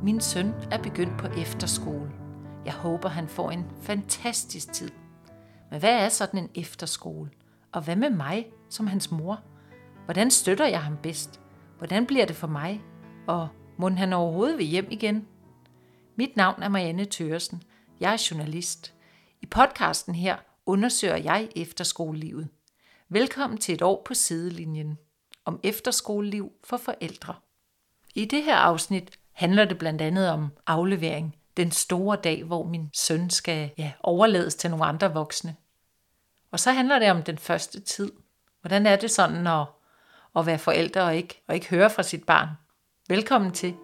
Min søn er begyndt på efterskole. Jeg håber, han får en fantastisk tid. Men hvad er sådan en efterskole? Og hvad med mig som hans mor? Hvordan støtter jeg ham bedst? Hvordan bliver det for mig? Og må han overhovedet vil hjem igen? Mit navn er Marianne Thøgersen. Jeg er journalist. I podcasten her undersøger jeg efterskolelivet. Velkommen til et år på sidelinjen om efterskoleliv for forældre. I det her afsnit handler det blandt andet om aflevering. Den store dag, hvor min søn skal overlades til nogle andre voksne. Og så handler det om den første tid. Hvordan er det sådan at være forældre og ikke høre fra sit barn? Velkommen til.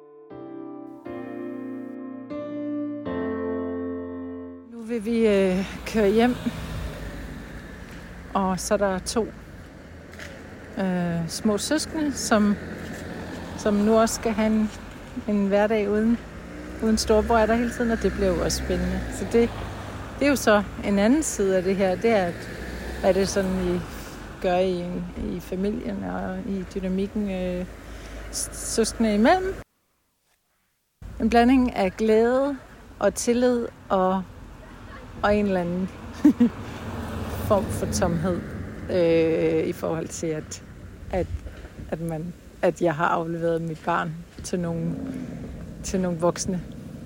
Nu vil vi køre hjem, og så er der 2 små søskende, som nu også skal have en hverdag uden storebror er der hele tiden, og det bliver jo også spændende. Så det er jo så en anden side af det her, det er, hvad det sådan, I gør i familien og i dynamikken søskende imellem. En blanding af glæde og tillid og en eller anden form for tomhed i forhold til, at jeg har afleveret mit barn til nogle voksne.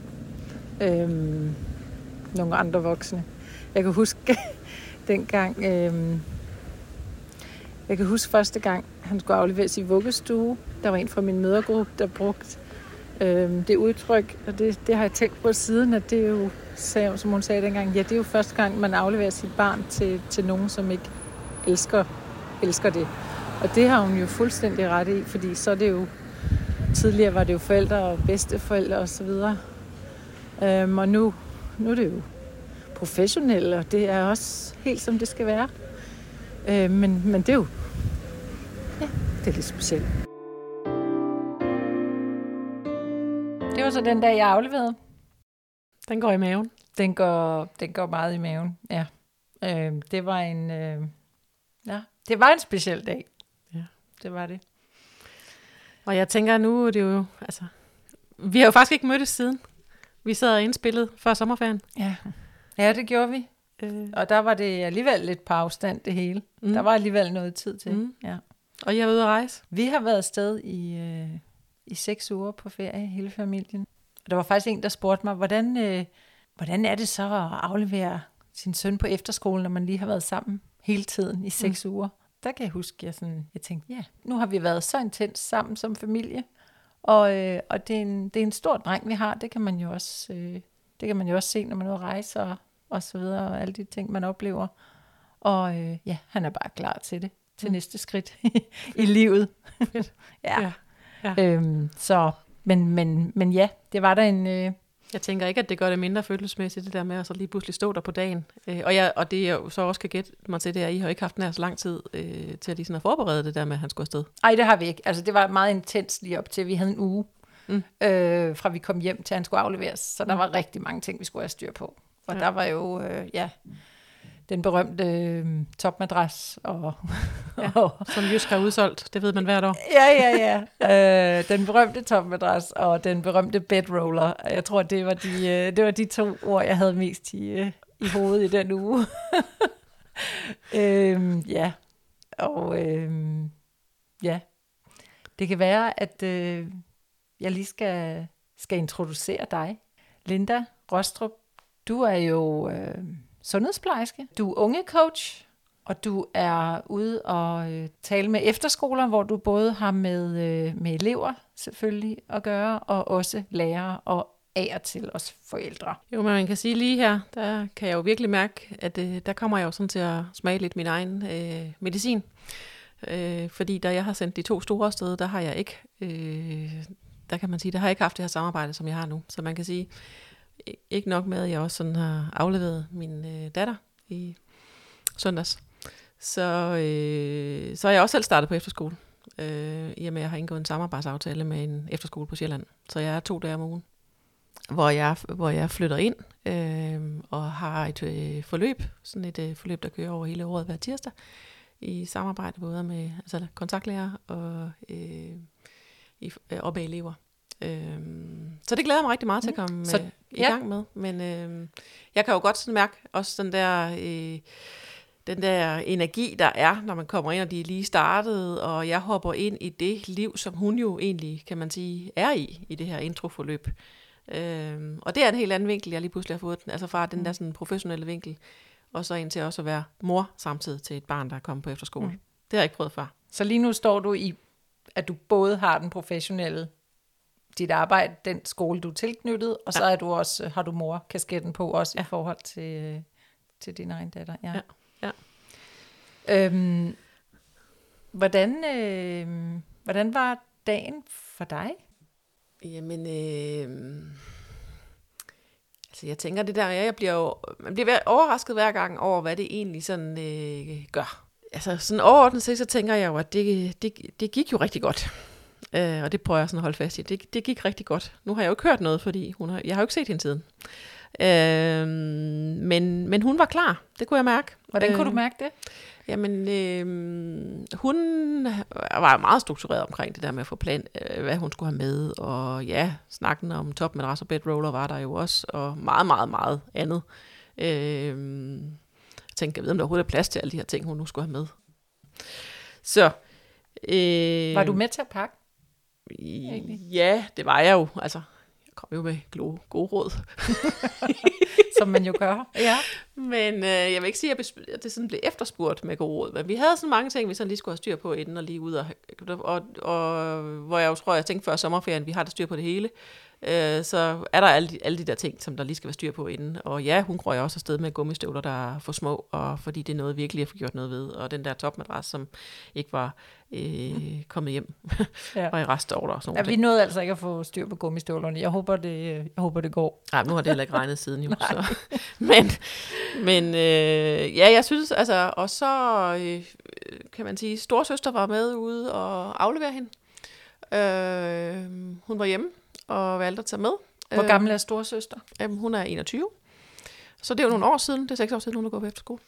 Nogle andre voksne. Jeg kan huske dengang, jeg kan huske første gang, han skulle afleveres i vuggestue. Der var en fra min mødergruppe, der brugte det udtryk, og det har jeg tænkt på siden, at det er jo, som hun sagde dengang, det er jo første gang, man afleverer sit barn til nogen, som ikke elsker det. Og det har hun jo fuldstændig ret i, fordi så er det jo, tidligere var det jo forældre og bedsteforældre og så videre. Og nu er det jo professionelle, og det er også helt som det skal være. Men det er jo, det er lidt specielt. Det var så den dag, jeg afleverede. Den går i maven. Den går meget i maven, ja. Det var en speciel dag. Ja. Det var det. Og jeg tænker, nu er det jo, altså, vi har jo faktisk ikke mødtes siden. Vi sad og indspillede før sommerferien. Ja, det gjorde vi. Og der var det alligevel lidt på afstand, det hele. Der var alligevel noget tid til. Ja. Og I har været ude at rejse? Vi har været afsted i 6 uger på ferie, hele familien. Og der var faktisk en, der spurgte mig, hvordan er det så at aflevere sin søn på efterskolen, når man lige har været sammen hele tiden i 6 uger? Der kan jeg huske, jeg tænkte, nu har vi været så intens sammen som familie, og det er en stor dreng, vi har. Det kan man jo også, se, når man er ude at rejse og så videre, og alle de ting, man oplever. Og han er bare klar til det, til næste skridt i livet. Ja. Men ja, det var der en... Jeg tænker ikke, at det gør det mindre følelsesmæssigt, det der med at så lige pludselig stå der på dagen. Og det jeg jo så også kan gætte mig til, det er, at I har ikke haft nær så lang tid til at lige sådan at forberede det der med, at han skulle afsted. Nej, det har vi ikke. Altså, det var meget intens lige op til, vi havde en uge, fra vi kom hjem til, han skulle afleveres. Så der var rigtig mange ting, vi skulle have styr på. Og der var jo, den berømte topmadras. Som Jysk har udsolgt, det ved man hvert år. Ja. Den berømte topmadras og den berømte bedroller. Jeg tror, det var de 2 ord, jeg havde mest i hovedet i den uge. Det kan være, at jeg lige skal introducere dig. Linda Rostrup, du er jo sundhedsplejerske. Du er ungecoach, og du er ude og tale med efterskoler, hvor du både har med elever selvfølgelig at gøre, og også lærere og af og til også forældre. Jo, men man kan sige lige her, der kan jeg jo virkelig mærke, at der kommer jeg jo sådan til at smage lidt min egen medicin. Fordi da jeg har sendt de 2 store afsted, der har jeg ikke, der kan man sige, der har jeg ikke haft det her samarbejde, som jeg har nu. Så man kan sige, ikke nok med, at jeg også sådan har afleveret min datter i søndags. Så er jeg også selv startet på efterskole, i og med, at jeg har indgået en samarbejdsaftale med en efterskole på Sjælland. Så jeg er 2 dage om ugen, hvor jeg flytter ind og har et forløb, sådan et forløb, der kører over hele året hver tirsdag, i samarbejde både med kontaktlærer og med elever. Så det glæder jeg mig rigtig meget til at komme i gang med. Men jeg kan jo godt sådan mærke også den der energi, der er, når man kommer ind, og de er lige startet, og jeg hopper ind i det liv, som hun jo egentlig, kan man sige, er i det her introforløb. Og det er en helt anden vinkel, jeg lige pludselig har fået den. Altså fra den der sådan professionelle vinkel, og så ind til også at være mor samtidig til et barn, der er kommet på efterskole. Det har jeg ikke prøvet før. Så lige nu står du i, at du både har den professionelle, dit arbejde, den skole, du er tilknyttet, og så er du også, har du mor-kasketten på også i forhold til din egen datter. Ja. Hvordan var dagen for dig? Jamen, altså jeg tænker det der, man bliver overrasket hver gang over, hvad det egentlig sådan gør. Altså sådan overordnet set, så tænker jeg jo, at det gik jo rigtig godt. Og det prøver jeg sådan at holde fast i. Det gik rigtig godt. Nu har jeg jo ikke hørt noget, fordi jeg har jo ikke set hende siden. Men hun var klar, det kunne jeg mærke. Hvordan kunne du mærke det? Jamen, hun var meget struktureret omkring det der med at få plan, hvad hun skulle have med, og ja, snakken om topmadras og bedroller var der jo også, og meget, meget, meget andet. Jeg tænkte, jeg ved, om der overhovedet er plads til alle de her ting, hun nu skulle have med. Så. Var du med til at pakke? Ja, det var jeg jo. Altså, jeg kom jo med gode råd. Som man jo gør. Ja. Men jeg vil ikke sige, at det sådan blev efterspurgt med gode råd. Men vi havde sådan mange ting, vi sådan lige skulle have styr på inden og lige ud. Og hvor jeg jo tror, jeg tænkte før sommerferien, vi har da styr på det hele. Så er der alle de der ting, som der lige skal være styr på inden. Og ja, hun røg også afsted med gummistøvler, der er for små, og fordi det er noget virkelig at få gjort noget ved. Og den der topmadras, som ikke var kommet hjem, og i restorder og sådan noget. Vi nåede altså ikke at få styr på gummistøvlerne. Jeg håber, det går. Nej, nu har det heller ikke regnet siden jo. Så. Men jeg synes, altså, og så kan man sige, storsøster var med ude og aflevere hende. Hun var hjemme og valgte at tage med. Hvor gammel er storsøster? Hun er 21. Så det er jo nogle år siden, det er 6 år siden, hun er gået på efterskole.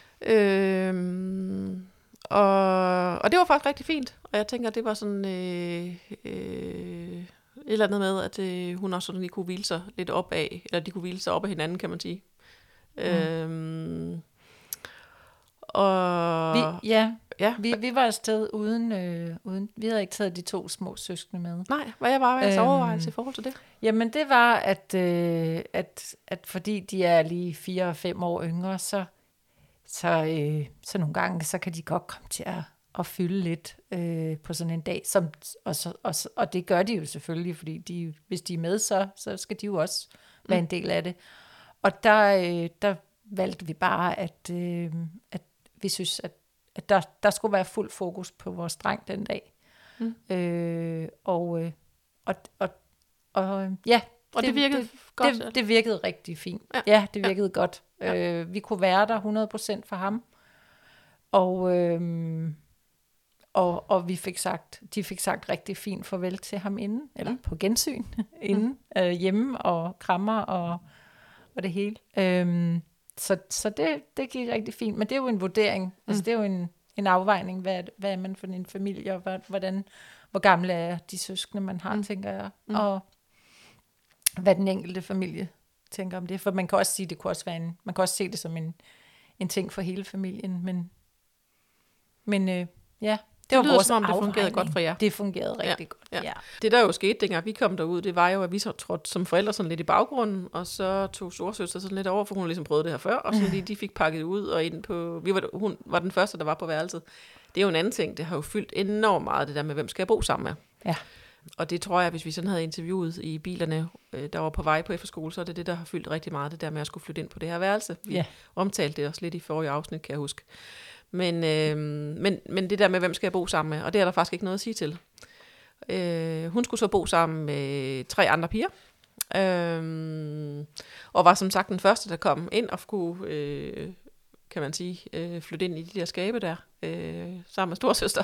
Og det var faktisk rigtig fint. Og jeg tænker, det var sådan et eller andet med, at hun også sådan lige kunne hvile sig lidt op af, eller de kunne hvile sig op af hinanden, kan man sige. Vi var afsted uden, vi havde ikke taget de 2 små søskende med. Nej, hvad var jeres overvejelse i forhold til det? Jamen det var, at fordi de er lige 4 og 5 år yngre, så nogle gange, så kan de godt komme til at fylde lidt på sådan en dag. Og det gør de jo selvfølgelig, fordi hvis de er med, så skal de jo også være en del af det. Og der valgte vi bare, at vi synes, at der skulle være fuld fokus på vores dreng den dag. Og det virkede godt. Det virkede rigtig fint. Ja, det virkede godt. Vi kunne være der 100% for ham. Og de fik sagt rigtig fint farvel til ham inden, eller på gensyn inden, hjemme og krammer og det hele. Så det gik rigtig fint. Men det er jo en vurdering. Altså det er jo en afvejning. Hvad er man for en familie, og hvor gamle er de søskende, man har, tænker jeg. Og hvad den enkelte familie tænker om det. For man kan også sige, det kunne også være man kan også se det som en ting for hele familien. Men det var vores som om, det fungerede godt for jer. Det fungerede rigtig godt, ja. Det der jo skete, dengang vi kom derud, det var jo, at vi så trådte som forældre sådan lidt i baggrunden, og så tog storesøster sådan lidt over, for hun ligesom prøvede det her før, og så lige de fik pakket ud og ind på, hun var den første, der var på værelset. Det er jo en anden ting, det har jo fyldt enormt meget, det der med, hvem skal jeg bo sammen med. Ja. Og det tror jeg, hvis vi sådan havde interviewet i bilerne, der var på vej på efterskole, så er det, der har fyldt rigtig meget, det der med at skulle flytte ind på det her værelse. Vi omtalte det også lidt i forrige afsnit, kan jeg huske. Men det der med, hvem skal jeg bo sammen med, og det er der faktisk ikke noget at sige til. Hun skulle så bo sammen med 3 andre piger, og var som sagt den første, der kom ind og kunne, kan man sige, flytte ind i de der skabe der, sammen med storsøster.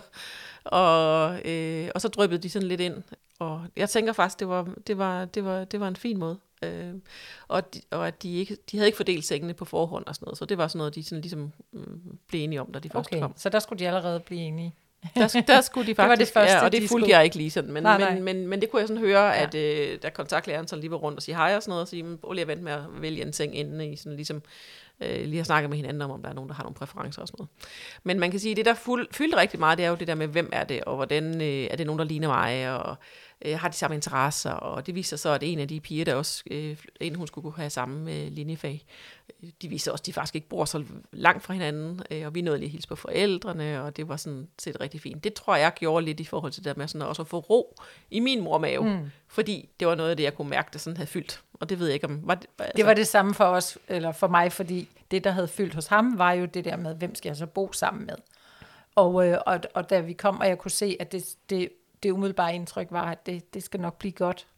Og så dryppede de sådan lidt ind, og jeg tænker faktisk, det var en fin måde. Og at de havde ikke fordelt sengene på forhånd og sådan noget, så det var sådan noget, de sådan ligesom blev enige om, da de først kom. Så der skulle de allerede blive enige? Der skulle de faktisk, det var det første, og det de fulgte skulle. jeg ikke lige sådan, Nej. men det kunne jeg sådan høre, at da kontaktlæreren så lige var rundt og sige hej og sådan noget, og sige, prøv lige at vente med at vælge en seng inden i sådan ligesom, lige har snakket med hinanden om der er nogen, der har nogle præferencer og sådan noget. Men man kan sige, at det der fyldte rigtig meget, det er jo det der med, hvem er det, og hvordan er det nogen, der ligner mig, og har de samme interesser, og det viser så, at en af de piger, der også, inden hun skulle have samme linjefag, de viser også, at de faktisk ikke bor så langt fra hinanden, og vi nåede lige at hilse på forældrene, og det var sådan set rigtig fint. Det tror jeg gjorde lidt i forhold til det der med sådan også at få ro i min mormave, fordi det var noget af det, jeg kunne mærke, der sådan havde fyldt, og det ved jeg ikke om... Det var det samme for os, eller for mig, fordi det, der havde fyldt hos ham, var jo det der med, hvem skal jeg så bo sammen med? Og da vi kom, og jeg kunne se, at det umiddelbare indtryk var, at det skal nok blive godt,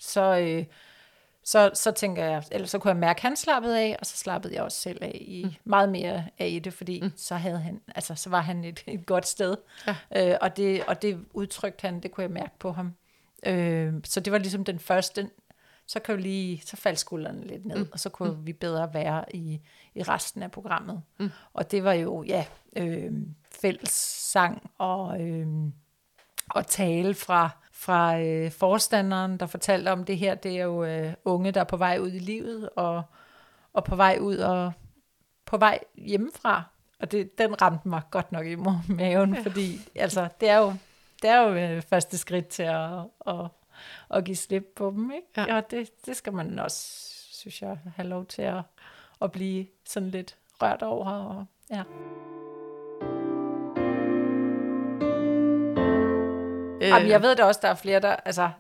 så tænker jeg, eller så kunne jeg mærke, at han slappede af, og så slappede jeg også selv af meget mere af i det, fordi så var han et godt sted. Ja. Og det udtrykte han, det kunne jeg mærke på ham. Så det var ligesom den første, så faldt skuldrene lidt ned, og så kunne vi bedre være i resten af programmet. Og det var jo, fællessang og tale fra forstanderen, der fortalte om det her. Det er jo unge, der er på vej ud i livet, og på vej ud og på vej hjemmefra. Og den ramte mig godt nok i maven, fordi altså, det er jo første skridt til at give slip på dem, ikke? Ja. Og det skal man også, synes jeg, have lov til at blive sådan lidt rørt over. Og, ja. Jamen, jeg ved da også, der er flere, der... Altså,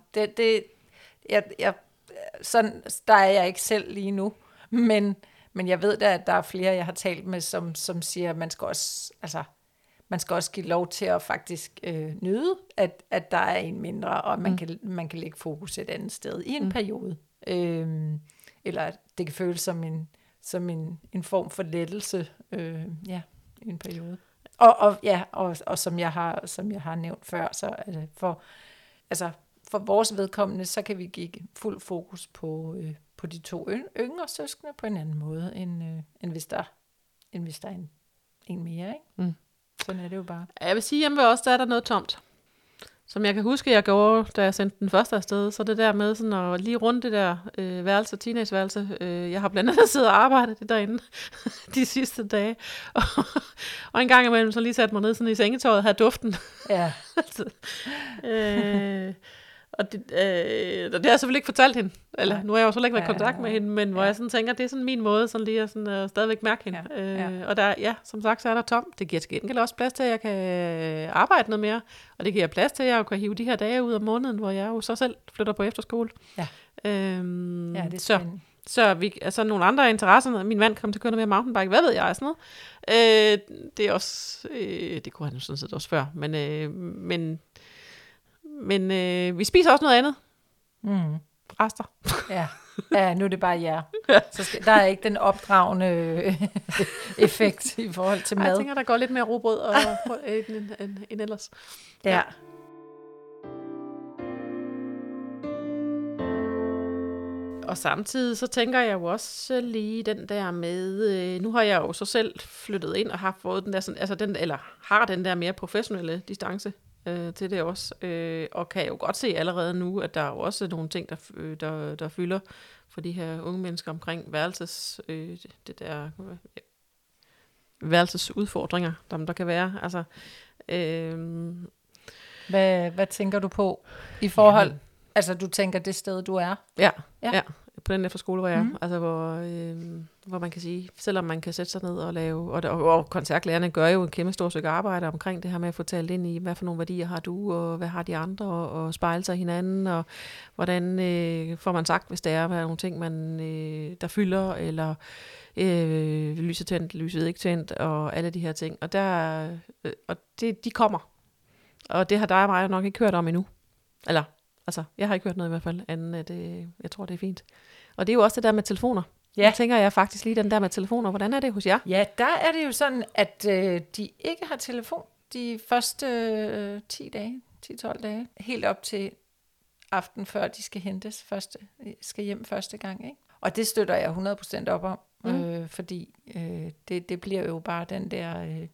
sådan, der er jeg ikke selv lige nu. Men jeg ved da, at der er flere, jeg har talt med, som siger, at man skal også give lov til at faktisk nyde, at der er en mindre, og man kan lægge fokus et andet sted i en periode. Eller at det kan føles som en form for lettelse i en periode. Og som jeg har nævnt før, så for vores vedkommende, så kan vi give fuld fokus på de to yngre søskende på en anden måde, end hvis der er en mere, ikke? Sådan er det jo bare. Jeg vil sige, hjemme ved os, der er der noget tomt. Som jeg kan huske, jeg gjorde, da jeg sendte den første afsted, så det der med sådan at lige rundt det der værelse, teenageværelse. Jeg har blandt andet siddet og arbejdet det derinde de sidste dage. Og en gang imellem så lige sat mig ned sådan i sengetøjet og havde duften. Ja. Og det har jeg selvfølgelig ikke fortalt hende. Eller nu har jeg jo så ikke været i kontakt med hende, men hvor jeg sådan tænker, det er sådan min måde sådan lige at sådan, stadigvæk mærke hende. Og der, som sagt, så er der tom. Det giver til gengæld også plads til, at jeg kan arbejde noget mere. Og det giver plads til, at jeg kan hive de her dage ud om måneden, hvor jeg jo så selv flytter på efterskole. Ja. Det er spændende. Så vi, altså nogle andre interesser. Min mand kom til at køre noget mere mountainbike. Hvad ved jeg? Sådan noget. Det er også... det kunne han jo sådan set også før. Men vi spiser også noget andet. Rester. Ja, nu er det bare jer. Så der er ikke den opdragende effekt i forhold til mad. Jeg tænker, der går lidt mere rugbrød end ellers. Ja. Og samtidig så tænker jeg jo også lige den der med, nu har jeg jo så selv flyttet ind og har fået den der sådan, altså har den der mere professionelle distance til det også, og kan jo godt se allerede nu, at der er jo også nogle ting, der fylder for de her unge mennesker omkring værelsesudfordringer, der kan være. Altså, Hvad tænker du på i forhold? Jamen. Altså, du tænker det sted, du er? Ja. På den efterskole, hvor jeg er. Altså, hvor man kan sige, selvom man kan sætte sig ned og lave, og kontaktlærerne gør jo en kæmpe stor stykke arbejde omkring det her med at få talt ind i, hvad for nogle værdier har du, og hvad har de andre, og spejle sig hinanden, og hvordan får man sagt, hvis der er nogle ting, der fylder, eller lyset tændt, lyset ikke tændt, og alle de her ting. Og de kommer. Og det har dig og mig nok ikke hørt om endnu. Eller, altså, jeg har ikke hørt noget i hvert fald, anden at jeg tror, det er fint. Og det er jo også det der med telefoner. Ja. Jeg tænker jeg faktisk lige den der med telefoner. Hvordan er det hos jer? Ja, der er det jo sådan, at de ikke har telefon de første 10 dage, 10-12 dage. Helt op til aften, før de skal hentes skal hjem første gang. Ikke? Og det støtter jeg 100% op om, fordi det bliver jo bare den der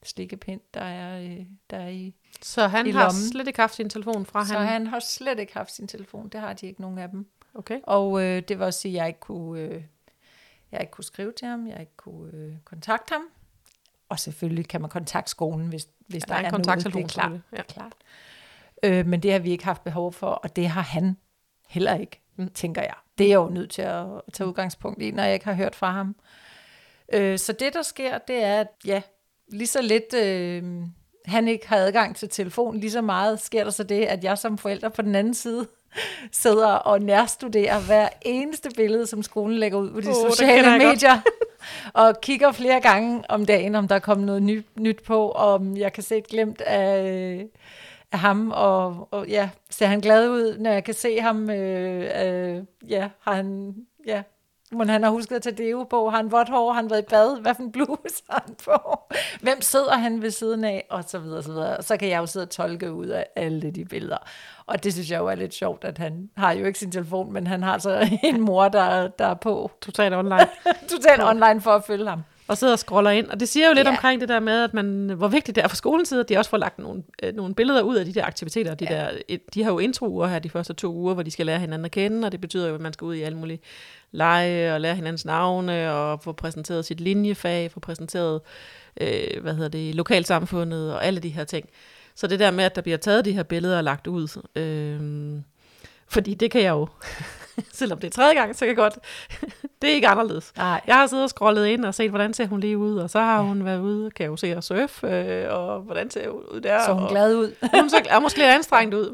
slikkepind, der er i. Så han i har lommen. slet ikke haft sin telefon fra Så han har slet ikke haft sin telefon. Det har de ikke, nogen af dem. Okay. Og det vil også sige, at jeg ikke kunne skrive til ham, jeg ikke kunne kontakte ham. Og selvfølgelig kan man kontakte skolen, hvis der er en kontakttelefon. Det er klart. Men det har vi ikke haft behov for, og det har han heller ikke, tænker jeg. Det er jeg jo nødt til at tage udgangspunkt i, når jeg ikke har hørt fra ham. Så det, der sker, det er, at lige så lidt han ikke har adgang til telefon, lige så meget sker der så det, at jeg som forælder på den anden side sidder og nærstuderer hver eneste billede, som skolen lægger ud på de sociale medier, og kigger flere gange om dagen, om der er kommet noget nyt på, og om jeg kan se et glimt af ham, og ser han glad ud, når jeg kan se ham, har han, men han har husket at tage deo på, har han vådt hår, har han været i bad, hvad for en bluse har han på, hvem sidder han ved siden af, og så videre, så videre. Og så kan jeg jo sidde og tolke ud af alle de billeder. Og det synes jeg jo er lidt sjovt, at han har jo ikke sin telefon, men han har så en mor, der er på. Totalt online. Totalt online for at følge ham. Og sidder og scroller ind. Og det siger jo lidt omkring det der med, at hvor vigtigt det er for skolens side, at de også får lagt nogle billeder ud af de der aktiviteter. De har jo intro-uger her de første 2 uger, hvor de skal lære hinanden at kende, og det betyder jo, at man skal ud i alle mulige lege og lære hinandens navne, og få præsenteret sit linjefag, få præsenteret lokalsamfundet og alle de her ting. Så det der med, at der bliver taget de her billeder og lagt ud, fordi det kan jeg jo, selvom det er 3. gang, så kan jeg godt, det er ikke anderledes. Nej. Jeg har siddet og scrollet ind og set, hvordan ser hun lige ud, og så har hun været ude, kan jeg jo se at surfe, og hvordan ser hun ud der. Så hun glad ud. Hun er måske lidt anstrengt ud,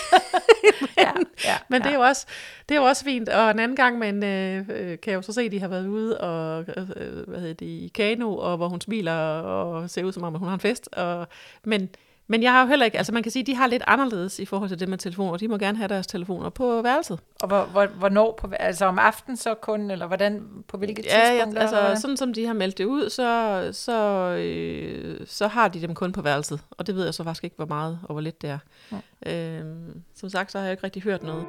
men det er jo også fint. Og en anden gang, men kan jeg jo så se, at de har været ude og i kano, og hvor hun smiler og ser ud som om, at hun har en fest. Men jeg har jo heller ikke, altså man kan sige, at de har lidt anderledes i forhold til det med telefoner. De må gerne have deres telefoner på værelset. Og hvornår altså om aftenen så kun, eller hvordan, på hvilket tidspunkt? Altså sådan som de har meldt det ud, så har de dem kun på værelset. Og det ved jeg så faktisk ikke, hvor meget og hvor lidt det er. Ja. Som sagt, så har jeg ikke rigtig hørt noget.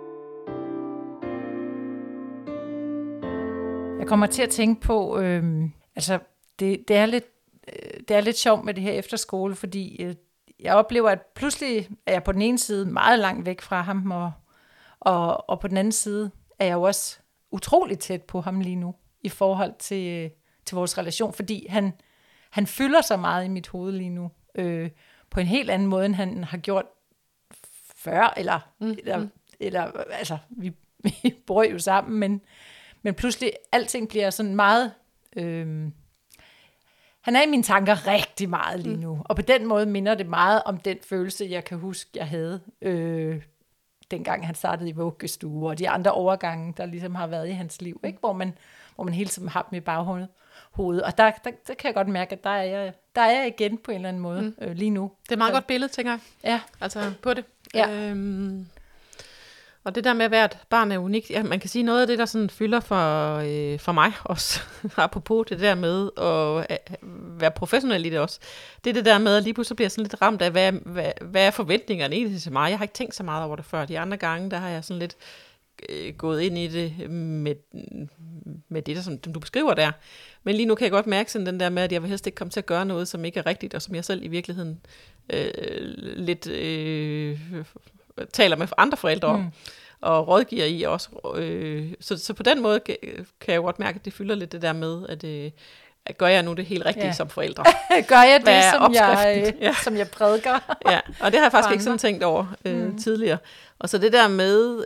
Jeg kommer til at tænke på, altså det er lidt sjovt med det her efterskole, fordi jeg oplever, at pludselig er jeg på den ene side meget langt væk fra ham, og på den anden side er jeg jo også utrolig tæt på ham lige nu, i forhold til vores relation, fordi han fylder så meget i mit hoved lige nu, på en helt anden måde, end han har gjort før, eller altså, vi bor jo sammen, men pludselig alting bliver sådan meget... Han er i mine tanker rigtig meget lige nu, og på den måde minder det meget om den følelse, jeg kan huske, jeg havde, dengang han startede i vuggestue, og de andre overgange, der ligesom har været i hans liv, ikke? Hvor man hele tiden har dem i baghovedet. Og der kan jeg godt mærke, at der er jeg igen på en eller anden måde lige nu. Det er et meget godt billede, tænker jeg. Ja. Altså på det. Ja. Og det der med, at hvert barn er unikt, ja, man kan sige noget af det, der sådan fylder for mig også, apropos det der med at være professionel i det også, det er det der med, at lige pludselig bliver sådan lidt ramt af, hvad er forventningerne egentlig til mig? Jeg har ikke tænkt så meget over det før. De andre gange, der har jeg sådan lidt gået ind i det med det, der, som du beskriver der. Men lige nu kan jeg godt mærke sådan den der med, at jeg vil helst ikke komme til at gøre noget, som ikke er rigtigt, og som jeg selv i virkeligheden lidt... taler med andre forældre om, og rådgiver i også. Så på den måde kan jeg jo godt mærke, at det fylder lidt det der med, at gør jeg nu det helt rigtige som forældre? Gør jeg det, som jeg prædiker? Ja, og det har jeg faktisk ikke sådan tænkt over tidligere. Og så det der med,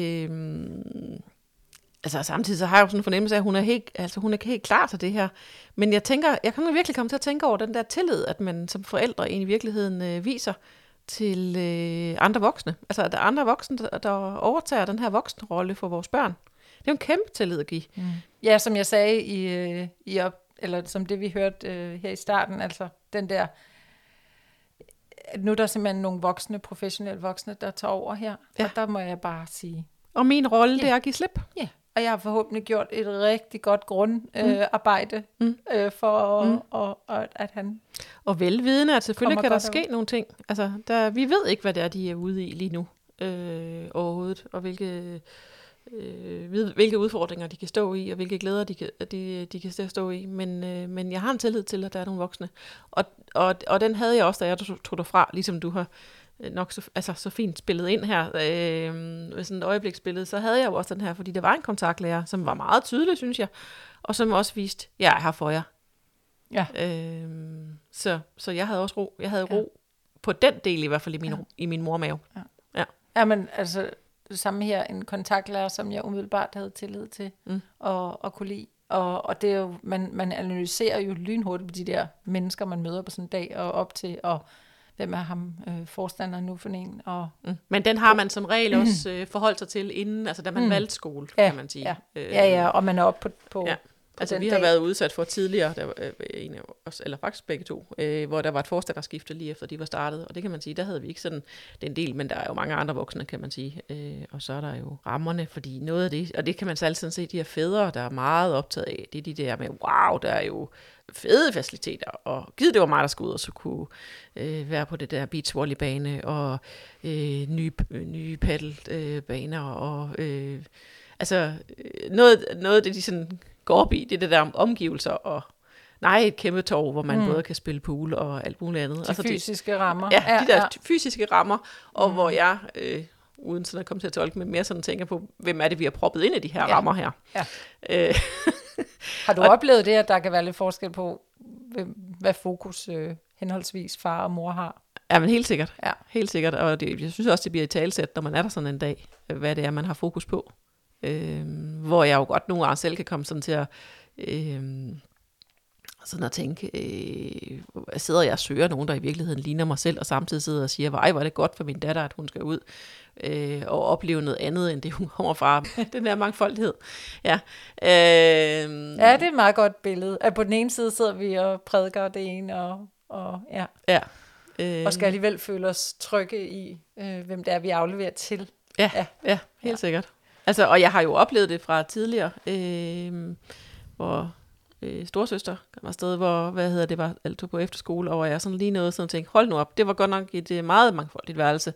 altså samtidig så har jeg jo sådan en fornemmelse af, at hun er helt klar til det her. Men jeg tænker, jeg kan virkelig komme til at tænke over den der tillid, at man som forældre i virkeligheden viser til andre voksne. Altså, at der er andre voksne, der overtager den her voksenrolle for vores børn. Det er jo en kæmpe tillid at give. Ja, som jeg sagde eller som det vi hørte her i starten, altså den der, nu er der simpelthen nogle professionelle voksne, der tager over her, og der må jeg bare sige. Og min rolle, det er at give slip. Ja, og jeg har forhåbentlig gjort et rigtig godt grundarbejde for at han... Og velvidende, at selvfølgelig kan der ske nogle ting. Altså, vi ved ikke, hvad det er, de er ude i lige nu overhovedet, og hvilke hvilke udfordringer de kan stå i, og hvilke glæder de kan stå i. Men jeg har en tillid til, at der er nogle voksne. Og den havde jeg også, da jeg tog derfra, ligesom du har nok så fint spillet ind her, sådan et øjebliksbillede, så havde jeg jo også den her, fordi der var en kontaktlærer, som var meget tydelig, synes jeg, og som også viste, jeg er her for jer. Ja. Så jeg havde også ro. Jeg havde ro på den del i hvert fald i min mormave. Ja, men altså det samme her, en kontaktlærer, som jeg umiddelbart havde tillid til og kunne lide. Og det er jo, man analyserer jo lynhurtigt på de der mennesker, man møder på sådan en dag, og op til, og hvem er ham forstanderen nu for en. Men den har man som regel også forholdt sig til inden, altså da man valgte skole, kan man sige. Ja, og man er oppe på altså vi har været udsat for tidligere, der var en af os, eller faktisk begge to, hvor der var et forstanderskifte lige efter de var startet, og det kan man sige, der havde vi ikke sådan den del, men der er jo mange andre voksne, kan man sige, og så er der jo rammerne, fordi noget af det, og det kan man så altid se, de her fædre, der er meget optaget af, det er de der med, wow, der er jo fede faciliteter, og givet det var mig, der skulle ud og så kunne være på det der beachvolleybane, og nye paddelbaner, og altså noget af det, de sådan går op i, det er det der om omgivelser, og et kæmpe torv, hvor man både kan spille pool og alt muligt andet. De fysiske rammer. Ja, de der fysiske rammer, og hvor jeg, uden sådan at komme til at tolke, men mere sådan tænker på, hvem er det, vi har proppet ind i de her rammer her. Ja. Har du oplevet det, at der kan være lidt forskel på, hvad fokus henholdsvis far og mor har? Ja, men helt sikkert. Ja. Helt sikkert, og jeg synes også, det bliver i talesæt, når man er der sådan en dag, hvad det er, man har fokus på. Hvor jeg jo godt nogle gange selv kan komme sådan til at sådan at tænke, sidder jeg og søger nogen, der i virkeligheden ligner mig selv, og samtidig sidder og siger, hvor er det godt for min datter, at hun skal ud og opleve noget andet, end det hun kommer fra. Den der mangfoldighed. Ja. Ja, det er et meget godt billede. At på den ene side sidder vi og prædiker det ene, og og skal alligevel føle os trygge i, hvem det er, vi afleverer til. Ja, helt sikkert. Altså, og jeg har jo oplevet det fra tidligere, hvor storesøster kom afsted, hvor, var alt på efterskole, og jeg sådan lige noget sådan tænkte, hold nu op, det var godt nok et meget mangfoldigt værelse.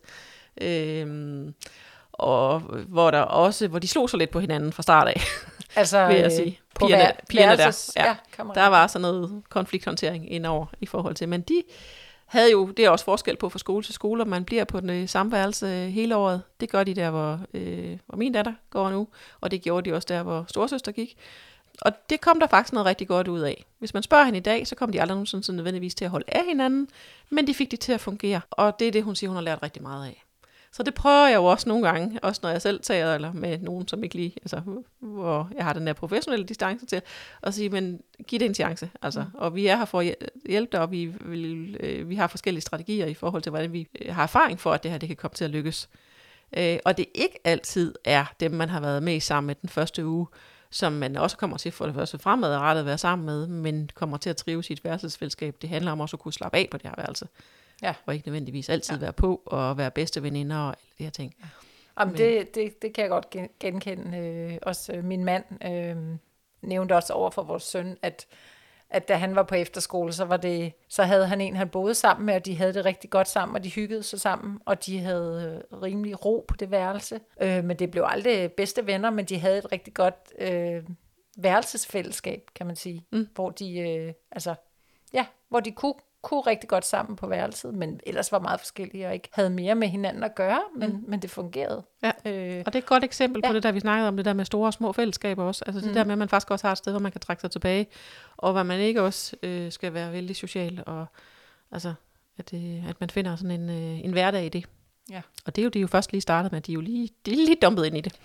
Og hvor de slog sig lidt på hinanden fra start af, altså, vil jeg sige. På pigerne der. Ja, der var sådan noget konflikthåndtering indover i forhold til, men de havde jo, det er også forskel på fra skole til skole, om man bliver på den samme værelse hele året. Det gør de der, hvor min datter går nu, og det gjorde de også der, hvor storesøster gik. Og det kom der faktisk noget rigtig godt ud af. Hvis man spørger hende i dag, så kom de aldrig nogensinde sådan nødvendigvis til at holde af hinanden, men de fik det til at fungere, og det er det, hun siger, hun har lært rigtig meget af. Så det prøver jeg jo også nogle gange, også når jeg selv tager, eller med nogen, som ikke lige, altså, hvor jeg har den der professionelle distance til, at sige, men giv det en chance, altså. Og vi er her for at hjælpe dig, og vi har forskellige strategier i forhold til, hvordan vi har erfaring for, at det her det kan komme til at lykkes. Og det ikke altid er dem, man har været med sammen med den første uge, som man også kommer til for det første fremadrettet at være sammen med, men kommer til at trives i et værelsesfællesskab. Det handler om også at kunne slappe af på det her værelse. Ja. Og ikke nødvendigvis altid være på, og være bedste veninder og alle de her ting. Ja. Jamen, det kan jeg godt genkende. Også min mand nævnte også over for vores søn, at da han var på efterskole, så havde han en, han boede sammen med, og de havde det rigtig godt sammen, og de hyggede sig sammen, og de havde rimelig ro på det værelse. Men det blev aldrig bedste venner, men de havde et rigtig godt værelsesfællesskab, kan man sige, hvor de hvor de kunne rigtig godt sammen på værelset, men ellers var meget forskellige og ikke havde mere med hinanden at gøre, men det fungerede. Ja. Og det er et godt eksempel på det der, vi snakkede om, det der med store og små fællesskaber også. Altså det der med, at man faktisk også har et sted, hvor man kan trække sig tilbage, og hvor man ikke også skal være vældig social, og altså, at man finder sådan en hverdag i det. Ja. Og det er jo først lige startet med, at de er lige dumpet ind i det.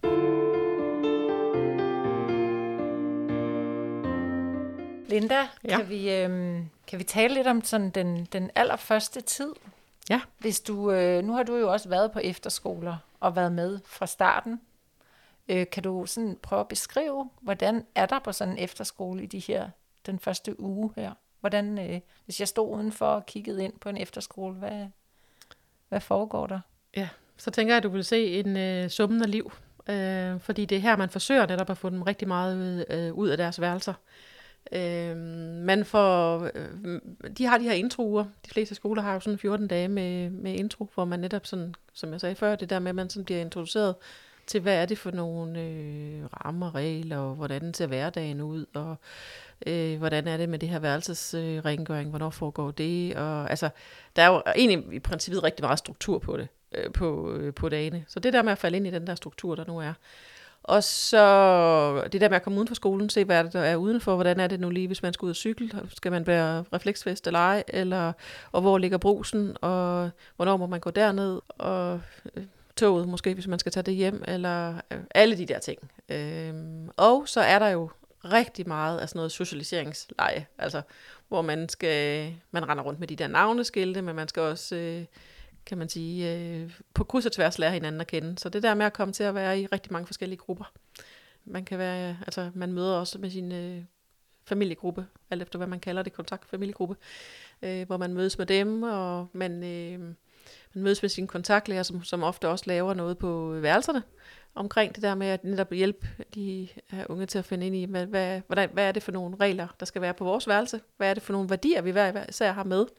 Linda, kan vi tale lidt om sådan den allerførste tid? Ja. Hvis du, nu har du jo også været på efterskoler og været med fra starten. Kan du sådan prøve at beskrive, hvordan er der på sådan en efterskole i den første uge her? Hvordan, hvis jeg stod udenfor og kiggede ind på en efterskole, hvad foregår der? Ja, så tænker jeg, at du vil se en summen af liv. Fordi det er her, man forsøger netop at få dem rigtig meget ud af deres værelser. Man får, de har de her introuger. De fleste skoler har jo sådan 14 dage med intro, hvor man netop sådan, som jeg sagde før, det der med, at man sådan bliver introduceret til hvad er det for nogle rammer, regler, og hvordan ser hverdagen ud, og hvordan er det med det her værelsesrengøring, hvornår foregår det, og altså, der er jo egentlig i princippet rigtig meget struktur på det, på dagene. Så det der med at falde ind i den der struktur, der nu er. Og så det der med at komme uden for skolen, se hvad der er udenfor, hvordan er det nu lige, hvis man skal ud og cykle, skal man bære refleksvest eller ej, og hvor ligger brusen, og hvornår må man gå derned, og toget måske, hvis man skal tage det hjem, eller alle de der ting. Og så er der jo rigtig meget af sådan noget socialiseringsleje, altså hvor man render rundt med de der navneskilte, men man skal også, kan man sige, på kryds og tværs lære hinanden at kende. Så det der med at komme til at være i rigtig mange forskellige grupper. Man møder også med sin familiegruppe, alt efter hvad man kalder det, kontaktfamiliegruppe, hvor man mødes med dem, og man mødes med sine kontaktlærer, som ofte også laver noget på værelserne, omkring det der med at netop hjælpe de her unge til at finde ind i, hvad er det for nogle regler, der skal være på vores værelse? Hvad er det for nogle værdier, vi hver især har med?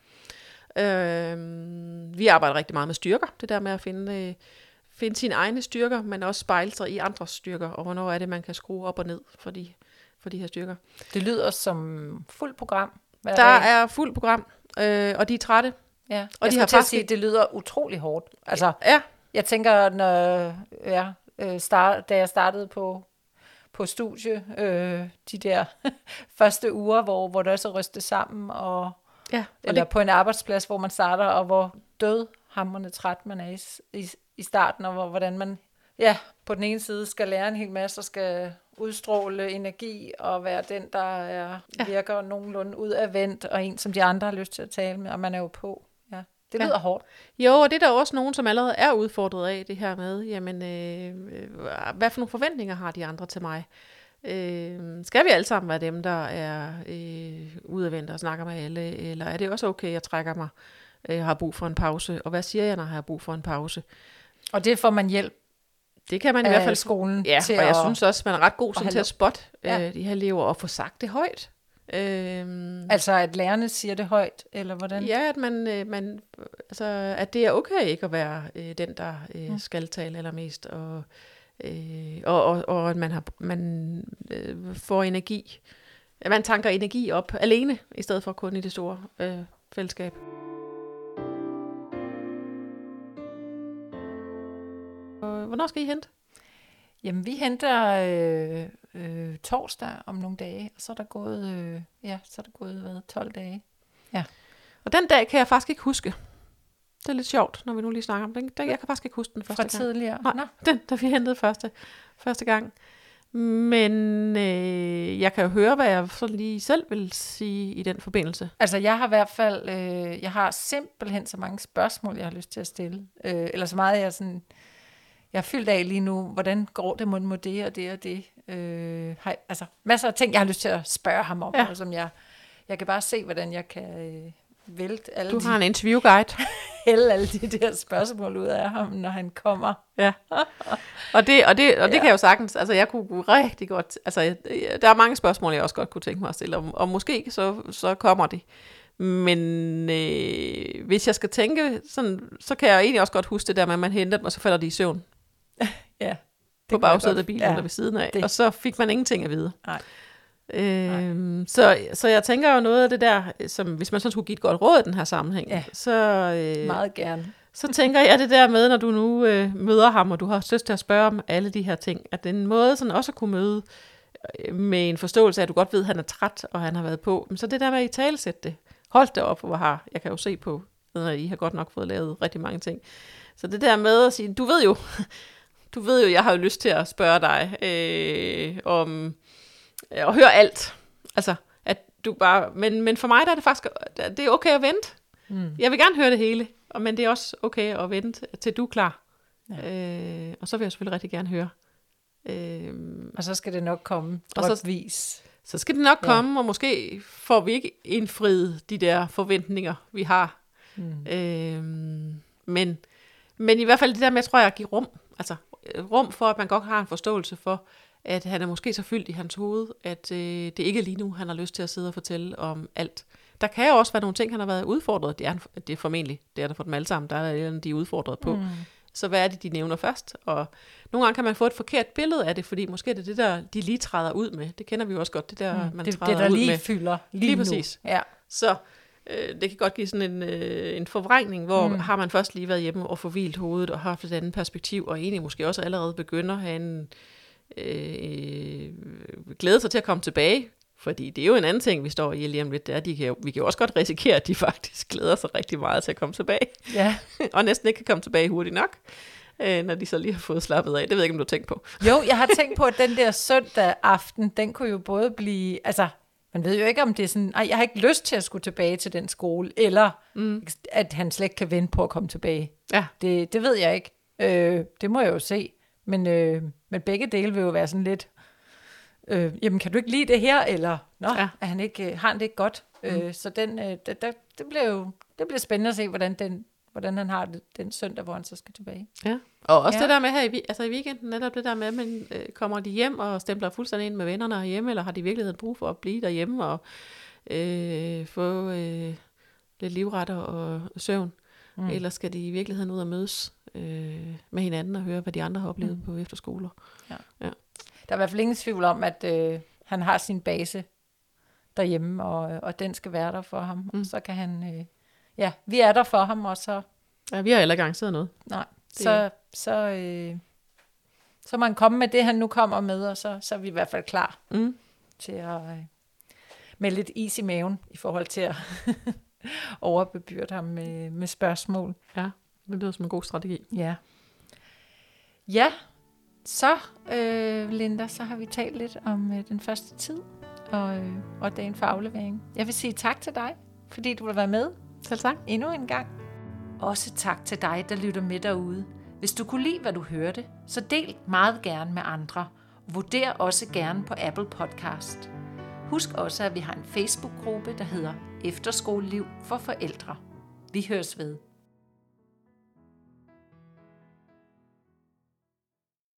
Vi arbejder rigtig meget med styrker, det der med at finde sine egne styrker, men også spejle sig i andres styrker, og hvornår er det, man kan skrue op og ned for de her styrker. Det lyder som fuldt program. Der er fuldt program, og de er trætte. Ja, og jeg skal til at sige, det lyder utrolig hårdt. Altså, ja. Jeg tænker, da jeg startede på studie, de der første uger, hvor der er så rystet sammen, eller på en arbejdsplads, hvor man starter, og hvor dødhamrende træt man er i starten, og hvordan man på den ene side skal lære en hel masse, og skal udstråle energi, og være den, der virker nogenlunde udadvendt, og en, som de andre har lyst til at tale med, og man er jo på. Ja. Det lyder hårdt. Jo, og det er der også nogen, som allerede er udfordret af det her med, jamen, hvad for nogle forventninger har de andre til mig? Skal vi alle sammen være dem, der er udadvendte og snakker med alle, eller er det også okay, jeg trækker mig, har brug for en pause, og hvad siger jeg, når jeg har brug for en pause? Og det får man hjælp. Det kan man i hvert fald skolen til, og jeg synes også, man er ret god til at spotte de her elever og få sagt det højt. Altså at lærerne siger det højt, eller hvordan? Ja, at at det er okay ikke at være den, der skal tale allermest, og at man får energi, at man tanker energi op alene, i stedet for kun i det store fællesskab. Hvornår skal I hente? Jamen, vi henter torsdag om nogle dage, og så er der gået 12 dage. Ja. Og den dag kan jeg faktisk ikke huske. Det er lidt sjovt, når vi nu lige snakker om den. Jeg kan faktisk ikke huske den første gang. Fra tidligere? Nej, den, da vi hentede første gang. Men jeg kan jo høre, hvad jeg så lige selv vil sige i den forbindelse. Altså, jeg har i hvert fald, jeg har simpelthen så mange spørgsmål, jeg har lyst til at stille. Eller så meget, jeg er fyldt af lige nu, hvordan går det mod det og det og det. Altså, masser af ting, jeg har lyst til at spørge ham om, og som jeg kan bare se, hvordan jeg kan vælte alle Du har en interviewguide. Hælde alle de der spørgsmål ud af ham, når han kommer. Ja. Og det kan jeg jo sagtens, altså jeg kunne rigtig godt, altså der er mange spørgsmål, jeg også godt kunne tænke mig at stille, og måske så kommer de. Men hvis jeg skal tænke sådan, så kan jeg egentlig også godt huske det der med, at man henter dem, og så falder de i søvn. Ja. På bagsædet af bilen eller ved siden af. Og så fik man ingenting at vide. Nej. Så jeg tænker jo noget af det der, som hvis man så skulle give et godt råd i den her sammenhæng, så meget gerne. Så tænker jeg det der med, når du nu møder ham, og du har lyst til at spørge om alle de her ting, at det er en måde sådan også at kunne møde med en forståelse af, at du godt ved, at han er træt, og han har været på. Men så det der med at italesætte det. Hold det op, jeg kan jo se på, at I har godt nok fået lavet rigtig mange ting. Så det der med at sige, du ved jo, jeg har jo lyst til at spørge dig om at høre alt. Altså, at du bare, men for mig der er det faktisk, det er okay at vente. Jeg vil gerne høre det hele, men det er også okay at vente, til du er klar. Ja. Og så vil jeg selvfølgelig rigtig gerne høre. Og så skal det nok komme drypvis. Så skal det nok komme, og måske får vi ikke indfriet de der forventninger, vi har. Men i hvert fald det der med, jeg tror, jeg giver rum. Altså rum for, at man godt har en forståelse for, at han er måske så fyldt i hans hoved, at det ikke er lige nu, han har lyst til at sidde og fortælle om alt. Der kan jo også være nogle ting, han har været udfordret. Det er formentlig, det er der for dem alle sammen, der er de udfordret på. Så hvad er det, de nævner først? Og nogle gange kan man få et forkert billede af det, fordi måske er det det, der de lige træder ud med. Det kender vi jo også godt, det der, man det, træder det, der ud lige med. fylder Lige nu. præcis. Ja. Så det kan godt give sådan en forvrængning, hvor har man først lige været hjemme og forvildt hovedet og haft et andet perspektiv, og egentlig måske også allerede begynder at have en glæde sig til at komme tilbage. Fordi det er jo en anden ting, vi står i lige om lidt, det er, vi kan jo også godt risikere, at de faktisk glæder sig rigtig meget til at komme tilbage. Ja. Og næsten ikke kan komme tilbage hurtigt nok, når de så lige har fået slappet af. Det ved jeg ikke, om du har tænkt på. Jo, jeg har tænkt på, at den der søndag aften, den kunne jo både blive, altså, man ved jo ikke, om det er sådan, jeg har ikke lyst til at skulle tilbage til den skole, eller at han slet ikke kan vente på at komme tilbage. Ja. Det ved jeg ikke. Det må jeg jo se. Men begge dele vil jo være sådan lidt, jamen kan du ikke lide det her, eller er han ikke, har han det ikke godt? Så det bliver spændende at se, hvordan han har det den søndag, hvor han så skal tilbage. Ja. Og også det der med her i weekenden, netop det der med, at man kommer de hjem og stempler fuldstændig ind med vennerne herhjemme, eller har de i virkeligheden brug for at blive derhjemme og få lidt livretter og søvn, eller skal de i virkeligheden ud og mødes med hinanden og høre, hvad de andre har oplevet på efterskoler. Ja. Ja. Der er i hvert fald ingen tvivl om, at han har sin base derhjemme, og den skal være der for ham. Og så kan han, vi er der for ham, og så... Ja, vi har heller ikke arrangeret noget. Nej, så man komme med det, han nu kommer med, og så er vi i hvert fald klar til at med lidt is i maven, i forhold til at overbebyrde ham med spørgsmål. Ja, det lyder som en god strategi. Ja, så Linda, så har vi talt lidt om den første tid, og dagen for aflevering. Jeg vil sige tak til dig, fordi du har været med. Selv tak. Endnu en gang. Også tak til dig, der lytter med derude. Hvis du kunne lide, hvad du hørte, så del meget gerne med andre. Vurder også gerne på Apple Podcast. Husk også, at vi har en Facebook-gruppe, der hedder Efterskoleliv for forældre. Vi høres ved.